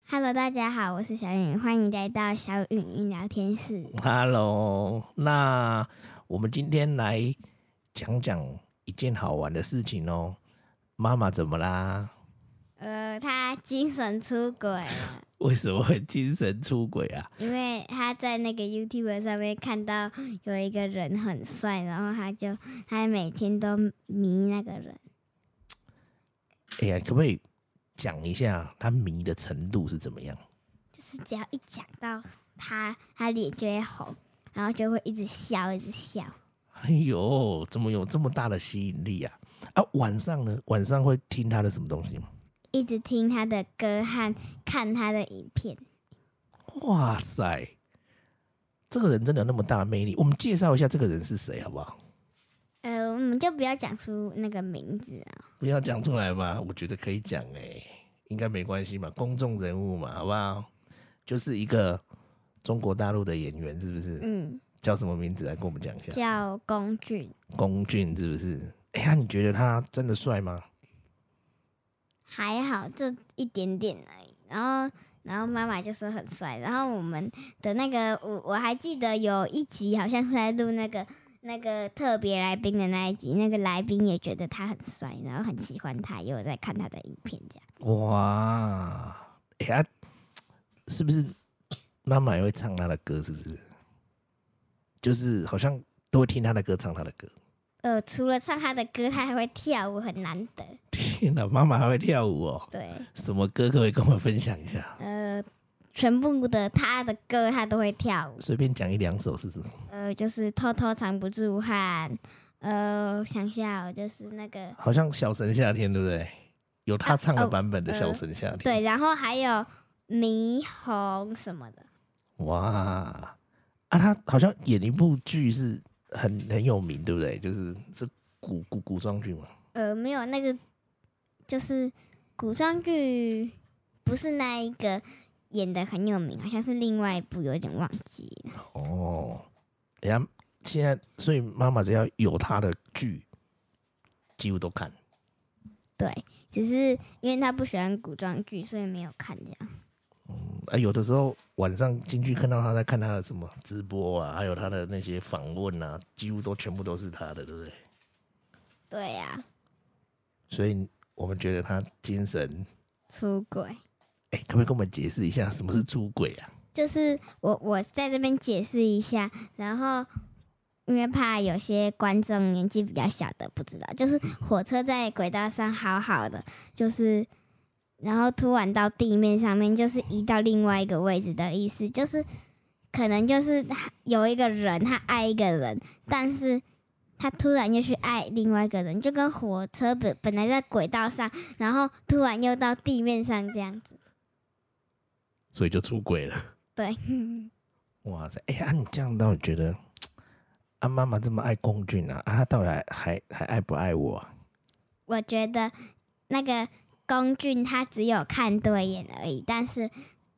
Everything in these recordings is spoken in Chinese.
Hello，大家好，我是小允，欢迎来到小允聊天室。 Hello，那我们今天来讲讲一件好玩的事情哦。妈妈怎么啦？ 他精神出轨了， 为什么会精神出轨啊？ 因为他在那个 YouTube 上面看到有一个人很帅，然后他每天都迷那个人。 哎呀，可不可以讲一下他迷的程度是怎么样？ 就是只要一讲到他脸就会红，然后就会一直笑，一直笑。 哎呦，怎么有这么大的吸引力啊？啊，晚上呢？晚上会听他的什么东西吗？ 一直听他的歌和看他的影片。 哇塞，这个人真的有那么大的魅力？我们介绍一下这个人是谁好不好？ 我们就不要讲出那个名字啊。 不要讲出来嘛，我觉得可以讲应该没关系嘛，公众人物嘛，好不好？就是一个中国大陆的演员，是不是？叫什么名字来跟我们讲一下？ 叫龚俊。 龚俊是不是？哎呀，你觉得他真的帅吗？ 还好，就一点点而已。然后妈妈就说很帅。然后我们的那个，我还记得有一集好像是在录那个特别来宾的那一集，那个来宾也觉得他很帅，然后很喜欢他，也有在看他的影片这样。 哇，哎呀，是不是妈妈也会唱他的歌？是不是？就是好像都会听他的歌，唱他的歌。 除了唱他的歌，他还会跳舞，很难得。 天哪，妈妈还会跳舞哦！ 对， 什么歌可不可以跟我们分享一下？ 全部的他的歌他都会跳舞。 随便讲一两首是什么？ 就是偷偷藏不住和想一下哦，就是那个好像小神夏天，对不对？有他唱的版本的小神夏天。 对，然后还有霓虹什么的。 哇啊，他好像演一部剧是很有名，对不对？是古装剧嘛。 没有那个，就是古装剧，不是那一个演的很有名，好像是另外一部，有点忘记了。 哦，人家现在，所以妈妈只要有他的剧，几乎都看。 对，只是因为他不喜欢古装剧，所以没有看这样。 有的时候晚上进去看到他在看他的什么直播啊，还有他的那些访问啊，几乎全部都是他的，对不对？ 对呀。 所以我们觉得他精神出轨。 可不可以跟我们解释一下什么是出轨啊？ 就是我在这边解释一下，然后因为怕有些观众年纪比较小的不知道，就是火车在轨道上好好的，就是然后突然到地面上面，就是移到另外一个位置的意思，就是可能就是有一个人他爱一个人，但是他突然又去爱另外一个人，就跟火车本来在轨道上，然后突然又到地面上这样子， 所以就出轨了。 对。 哇塞，你这样到底觉得妈妈这么爱龚俊啊，他到底还爱不爱我啊？ 我觉得那个龚俊他只有看对眼而已，但是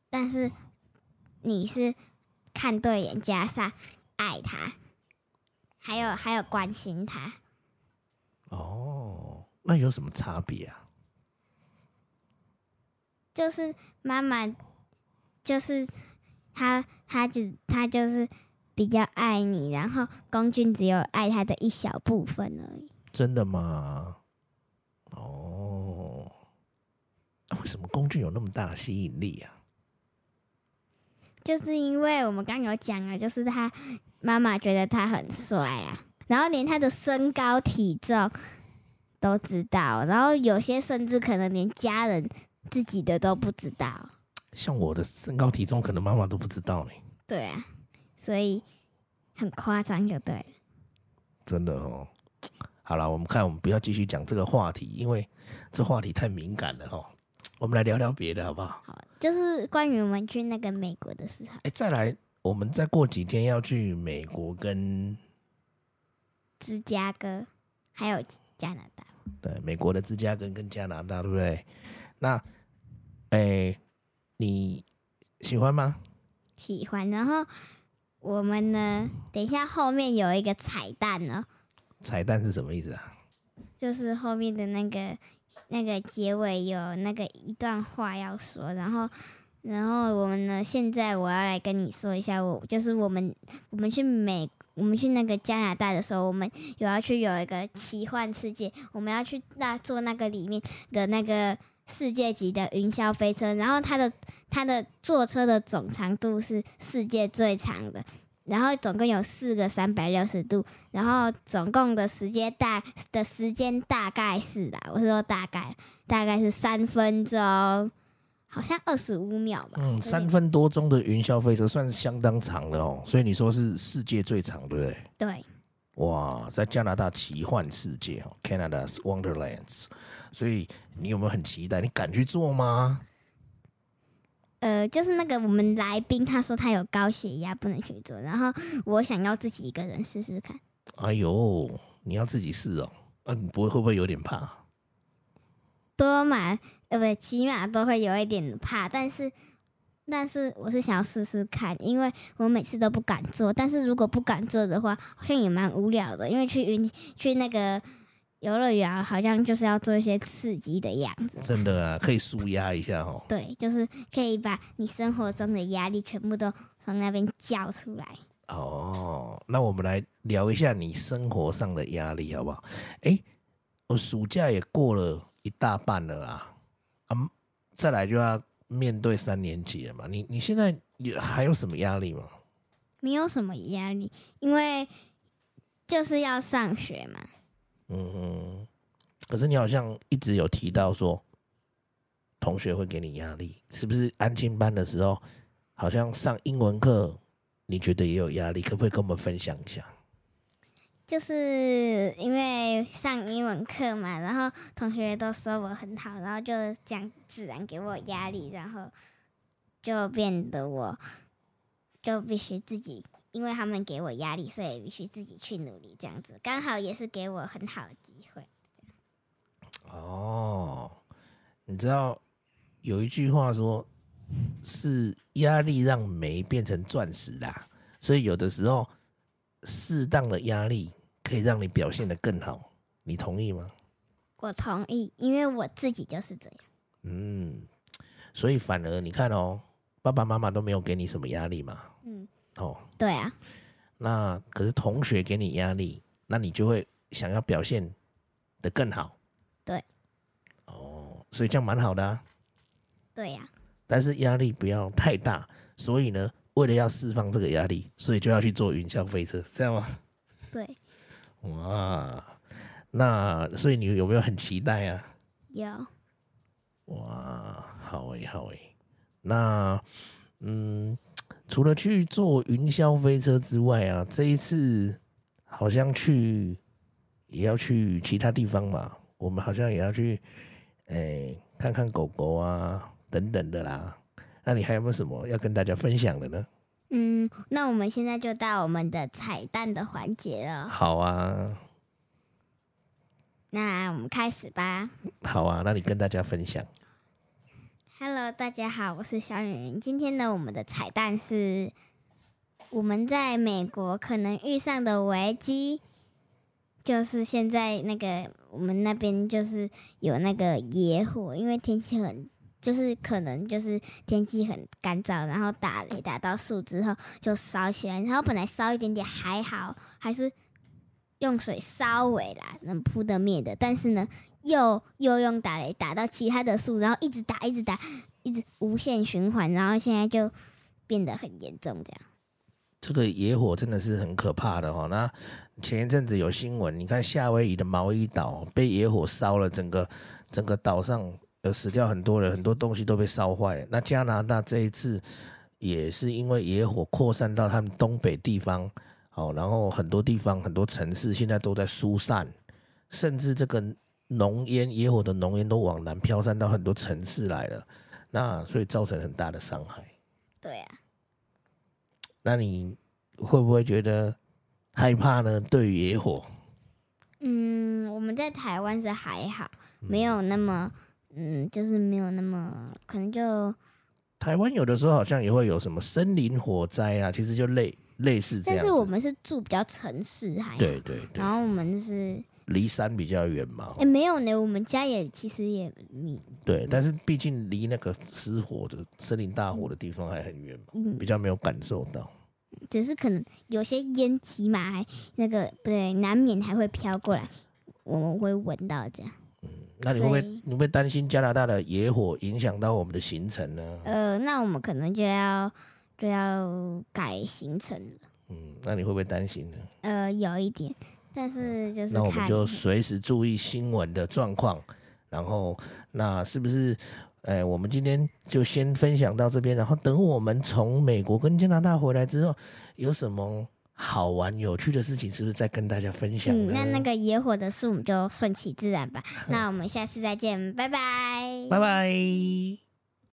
你是看对眼加上爱他，还有关心他。 哦，那有什么差别啊？ 就是妈妈，就是他就是比较爱你，然后龚俊只有爱他的一小部分而已。 真的吗？哦，为什么龚俊有那么大的吸引力啊？ 就是因为我们刚有讲了，就是他妈妈觉得他很帅啊，然后连他的身高体重都知道，然后有些甚至可能连家人自己的都不知道。 像我的身高体重，可能妈妈都不知道呢。 对啊，所以很夸张就对了。 真的哦。好了，我们不要继续讲这个话题，因为这话题太敏感了哦。我们来聊聊别的好不好？ 好，就是关于我们去那个美国的事情。 再来，我们再过几天要去美国跟芝加哥，还有加拿大。 对，美国的芝加哥跟加拿大，对不对？那，你喜欢吗？ 喜欢。然后我们呢，等一下后面有一个彩蛋哦。 彩蛋是什么意思啊？ 就是后面的那个结尾有那个一段话要说，然后然后我们呢，现在我要来跟你说一下，就是我们去那个加拿大的时候，我们有一个奇幻世界，我们要去坐那个里面的那个世界级的云霄飞车，然后它的坐车的总长度是世界最长的，然后总共有4个360度，然后总共的时间大概是啦，我是说大概是3分钟。好像25秒吧。 3分多钟的云霄飞车算是相当长了哦，所以你说是世界最长，对不对？ 对。 哇，在加拿大奇幻世界 Canada's Wonderlands， 所以你有没有很期待？你敢去做吗？ 就是那个我们来宾他说他有高血压不能去做，然后我想要自己一个人试试看。 哎呦，你要自己试哦？你会不会有点怕？ 起码都会有一点怕，但是我是想要试试看，因为我每次都不敢做，但是如果不敢做的话，好像也蛮无聊的，因为去那个游乐园好像就是要做一些刺激的样子。 真的啊，可以抒压一下哦。 对，就是可以把你生活中的压力全部都从那边叫出来。 哦，那我们来聊一下你生活上的压力好不好？我暑假也过了一大半了啊，再来就要面对3年级了嘛。你现在还有什么压力吗？ 没有什么压力，因为就是要上学嘛。 可是你好像一直有提到说，同学会给你压力，是不是？安亲班的时候，好像上英文课，你觉得也有压力，可不可以跟我们分享一下？ 就是因为上英文课嘛，然后同学都说我很好，然后就这样自然给我压力，然后就变得我就必须自己，因为他们给我压力，所以必须自己去努力，这样子刚好也是给我很好的机会。 哦，你知道有一句话说，是压力让煤变成钻石啦，所以有的时候适当的压力可以让你表现得更好，你同意吗？ 我同意，因为我自己就是这样。 所以反而你看哦，爸爸妈妈都没有给你什么压力嘛。 对啊。 那可是同学给你压力，那你就会想要表现得更好。 对。 所以这样蛮好的啊。 对呀。 但是压力不要太大，所以呢，为了要释放这个压力，所以就要去做云霄飞车，这样吗？ 对。 哇，那所以你有没有很期待啊？ 有。 哇，好诶。那除了去坐云霄飞车之外啊，这一次好像也要去其他地方嘛，我们好像也要去看看狗狗啊等等的啦。那你还有没有什么要跟大家分享的呢？ 那我们现在就到我们的彩蛋的环节了。 好啊。 那我们开始吧。 好啊，那你跟大家分享。 Hello， 大家好，我是小圆圆。今天呢，我们的彩蛋是我们在美国可能遇上的危机，就是现在我们那边就是有那个野火，因为天气可能天气很干燥，然后打雷打到树之后就烧起来，然后本来烧一点点还好，还是用水稍微能扑得灭的，但是呢又用打雷打到其他的树，然后一直打一直无限循环，然后现在就变得很严重这样。 这个野火真的是很可怕的哦。那前一阵子有新闻，你看夏威夷的毛伊岛被野火烧了，整个岛上死掉很多人，很多东西都被烧坏了。那加拿大这一次也是因为野火扩散到他们东北地方，然后很多地方很多城市现在都在疏散，甚至这个野火的浓烟都往南飘散到很多城市来了，那所以造成很大的伤害。 对啊。 那你会不会觉得害怕呢？对于野火？ 我们在台湾是还好，没有那么就是没有那么可能就。 台湾有的时候好像也会有什么森林火灾啊，其实就类似这样子。 但是我们是住比较城市，还好。 对。 然后我们是离山比较远嘛。 没有呢，我们家也其实也对，但是毕竟离那个失火的森林大火的地方还很远嘛，比较没有感受到。 只是可能有些烟起码还那个不对，难免还会飘过来，我们会闻到这样。 那你会不会担心加拿大的野火影响到我们的行程呢？ 那我们可能就要改行程了。 那你会不会担心呢？ 有一点，但是就是那我们就随时注意新闻的状况，然后那是不是？我们今天就先分享到这边，然后等我们从美国跟加拿大回来之后，有什么好玩有趣的事情，是不是再跟大家分享呢？ 那个野火的事我们就顺其自然吧。那我们下次再见，拜拜， 拜拜。